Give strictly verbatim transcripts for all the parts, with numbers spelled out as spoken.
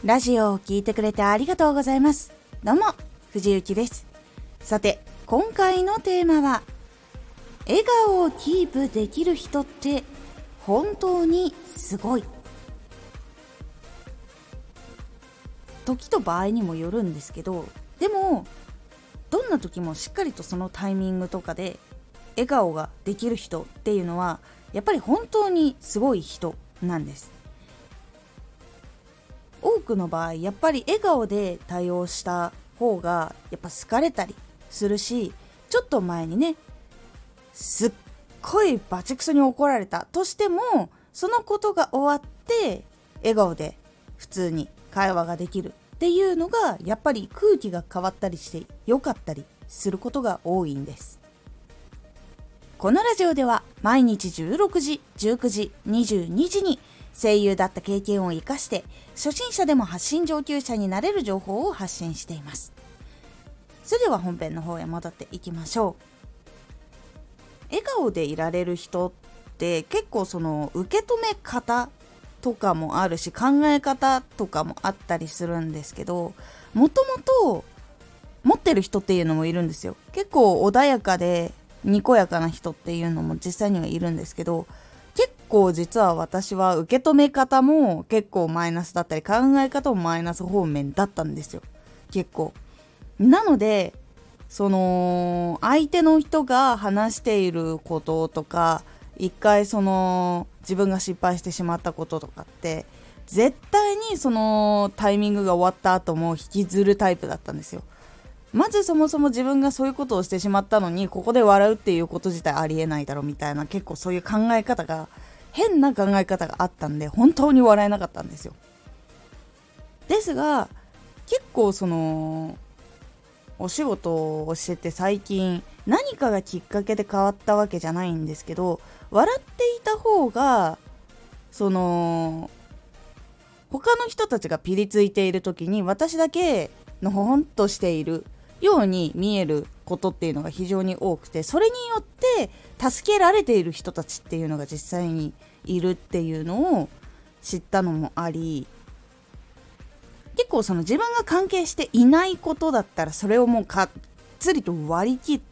ラジオを聞いてくれてありがとうございます。どうも藤幸です。さて今回のテーマは、笑顔をキープできる人って本当にすごい。時と場合にもよるんですけど、でもどんな時もしっかりとそのタイミングとかで笑顔ができる人っていうのはやっぱり本当にすごい人なんです。多くの場合やっぱり笑顔で対応した方がやっぱ好かれたりするし、ちょっと前にねすっごいバチクソに怒られたとしても、そのことが終わって笑顔で普通に会話ができるっていうのがやっぱり空気が変わったりして良かったりすることが多いんです。このラジオでは毎日じゅうろくじ、じゅうくじ、にじゅうにじに声優だった経験を生かして初心者でも発信上級者になれる情報を発信しています。それでは本編の方へ戻っていきましょう。笑顔でいられる人って結構その受け止め方とかもあるし、考え方とかもあったりするんですけど、もともと持ってる人っていうのもいるんですよ。結構穏やかでにこやかな人っていうのも実際にはいるんですけど、結構実は私は受け止め方も結構マイナスだったり、考え方もマイナス方面だったんですよ、結構。なのでその相手の人が話していることとか、一回その自分が失敗してしまったこととかって絶対にそのタイミングが終わった後も引きずるタイプだったんですよ。まずそもそも自分がそういうことをしてしまったのにここで笑うっていうこと自体ありえないだろうみたいな、結構そういう考え方が変な考え方があったんで本当に笑えなかったんですよ。ですが結構そのお仕事をしてて最近何かがきっかけで変わったわけじゃないんですけど、笑っていた方がその他の人たちがピリついている時に私だけのほほんとしているように見えることっていうのが非常に多くて、それによって助けられている人たちっていうのが実際にいるっていうのを知ったのもあり、結構その自分が関係していないことだったらそれをもうかっつりと割り切って、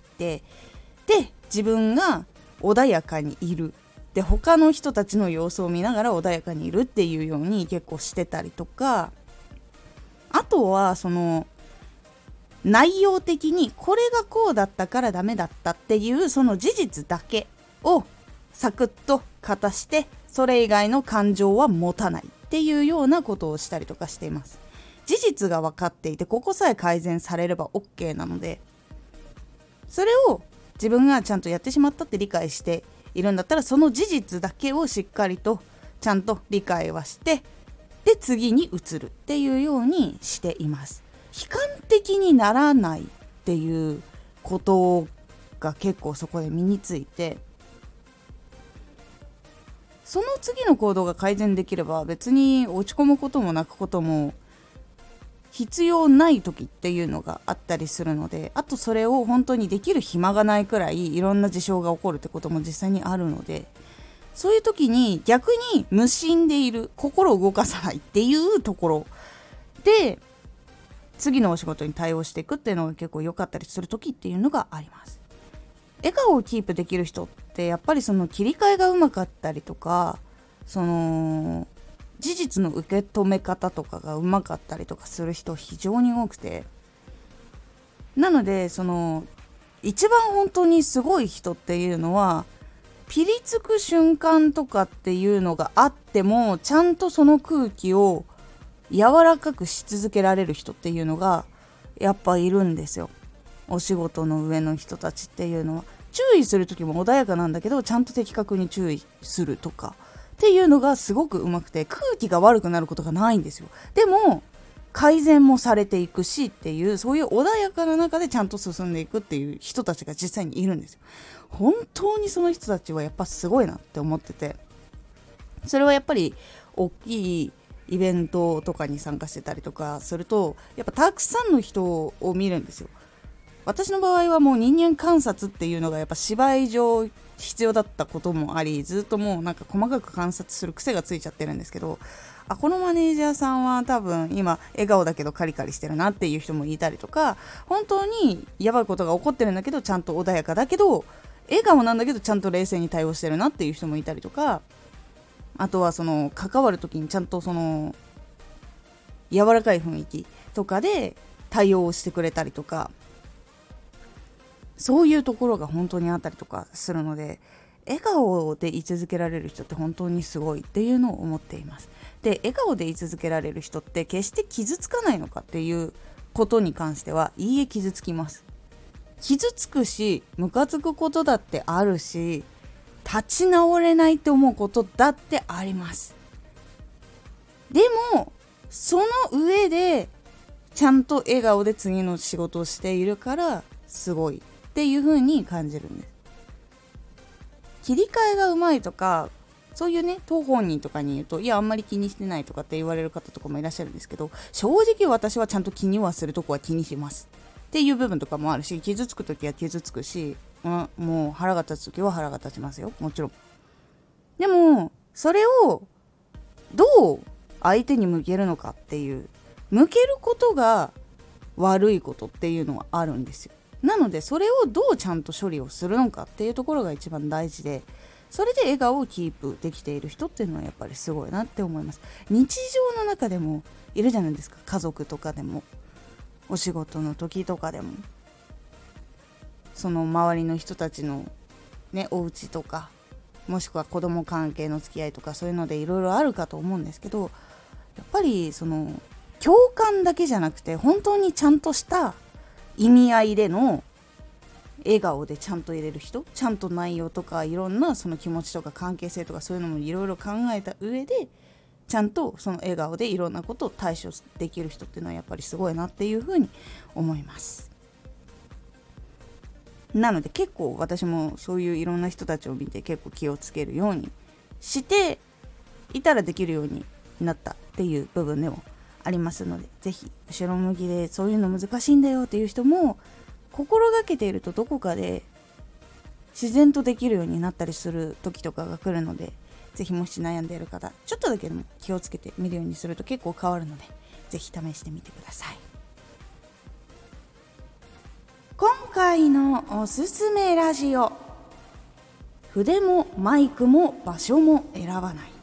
で自分が穏やかにいる、で他の人たちの様子を見ながら穏やかにいるっていうように結構してたりとか、あとはその内容的にこれがこうだったからダメだったっていうその事実だけをサクッとかたして、それ以外の感情は持たないっていうようなことをしたりとかしています。事実が分かっていてここさえ改善されれば OK なので、それを自分がちゃんとやってしまったって理解しているんだったら、その事実だけをしっかりとちゃんと理解はして、で次に移るっていうようにしています。悲観的にならないっていうことが結構そこで身について、その次の行動が改善できれば別に落ち込むことも泣くことも必要ない時っていうのがあったりするので、あとそれを本当にできる暇がないくらいいろんな事象が起こるってことも実際にあるので、そういう時に逆に無心でいる、心を動かさないっていうところで次のお仕事に対応していくっていうのが結構良かったりする時っていうのがあります。笑顔をキープできる人ってやっぱりその切り替えがうまかったりとか、その事実の受け止め方とかがうまかったりとかする人非常に多くて、なのでその一番本当にすごい人っていうのはピリつく瞬間とかっていうのがあってもちゃんとその空気を柔らかくし続けられる人っていうのがやっぱいるんですよ。お仕事の上の人たちっていうのは注意する時も穏やかなんだけどちゃんと的確に注意するとかっていうのがすごくうまくて、空気が悪くなることがないんですよ。でも改善もされていくしっていう、そういう穏やかな中でちゃんと進んでいくっていう人たちが実際にいるんですよ。本当にその人たちはやっぱすごいなって思ってて、それはやっぱり大きいイベントとかに参加してたりとかするとやっぱたくさんの人を見るんですよ。 私の場合はもう人間観察っていうのがやっぱ芝居上必要だったこともあり、ずっともうなんか細かく観察する癖がついちゃってるんですけど、あ、このマネージャーさんは多分今笑顔だけどカリカリしてるなっていう人もいたりとか、本当にやばいことが起こってるんだけどちゃんと穏やかだけど笑顔なんだけどちゃんと冷静に対応してるなっていう人もいたりとか、あとはその関わる時にちゃんとその柔らかい雰囲気とかで対応してくれたりとか、そういうところが本当にあったりとかするので、笑顔で居続けられる人って本当にすごいっていうのを思っています。で、笑顔で居続けられる人って決して傷つかないのかっていうことに関しては、いいえ、傷つきます。傷つくし、ムカつくことだってあるし、立ち直れないって思うことだってあります。でもその上でちゃんと笑顔で次の仕事をしているからすごいっていう風に感じるんです。切り替えがうまいとか、そういうね、当本人とかに言うと、いやあんまり気にしてないとかって言われる方とかもいらっしゃるんですけど、正直私はちゃんと気にはするとこは気にしますっていう部分とかもあるし、傷つくときは傷つくし、うん、もう腹が立つときは腹が立ちますよ、もちろん。でもそれをどう相手に向けるのかっていう、向けることが悪いことっていうのはあるんですよ。なのでそれをどうちゃんと処理をするのかっていうところが一番大事で、それで笑顔をキープできている人っていうのはやっぱりすごいなって思います。日常の中でもいるじゃないですか、家族とかでもお仕事の時とかでも、その周りの人たちのね、お家とかもしくは子供関係の付き合いとか、そういうのでいろいろあるかと思うんですけど、やっぱりその共感だけじゃなくて本当にちゃんとした意味合いでの笑顔でちゃんと入れる人、ちゃんと内容とかいろんなその気持ちとか関係性とかそういうのもいろいろ考えた上でちゃんとその笑顔でいろんなことを対処できる人っていうのはやっぱりすごいなっていうふうに思います。なので結構私もそういういろんな人たちを見て結構気をつけるようにしていたらできるようになったっていう部分でもありますので、ぜひ後ろ向きでそういうの難しいんだよっていう人も心がけているとどこかで自然とできるようになったりする時とかが来るので、ぜひもし悩んでいる方、ちょっとだけでも気をつけてみるようにすると結構変わるので、ぜひ試してみてください。今回のおすすめラジオ、筆もマイクも場所も選ばない。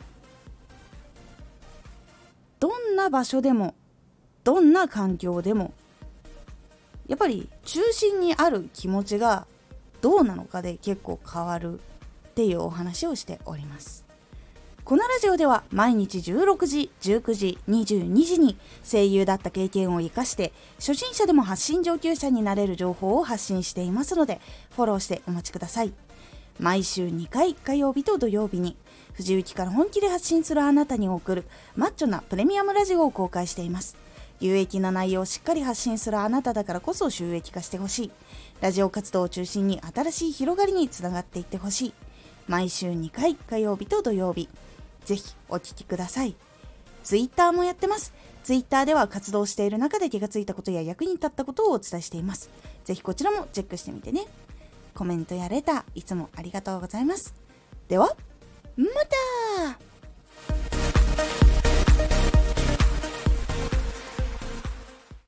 どんな場所でもどんな環境でもやっぱり中心にある気持ちがどうなのかで結構変わるっていうお話をしております。このラジオでは毎日じゅうろくじ、じゅうくじ、にじゅうにじに声優だった経験を生かして初心者でも発信上級者になれる情報を発信していますので、フォローしてお待ちください。毎週にかい、火曜日と土曜日に藤雪から本気で発信するあなたに送るマッチョなプレミアムラジオを公開しています。有益な内容をしっかり発信するあなただからこそ収益化してほしい。ラジオ活動を中心に新しい広がりにつながっていってほしい。毎週にかい、火曜日と土曜日、ぜひお聞きください。ツイッターもやってます。ツイッターでは活動している中で気がついたことや役に立ったことをお伝えしています。ぜひこちらもチェックしてみてね。コメントやレターいつもありがとうございます。ではまた。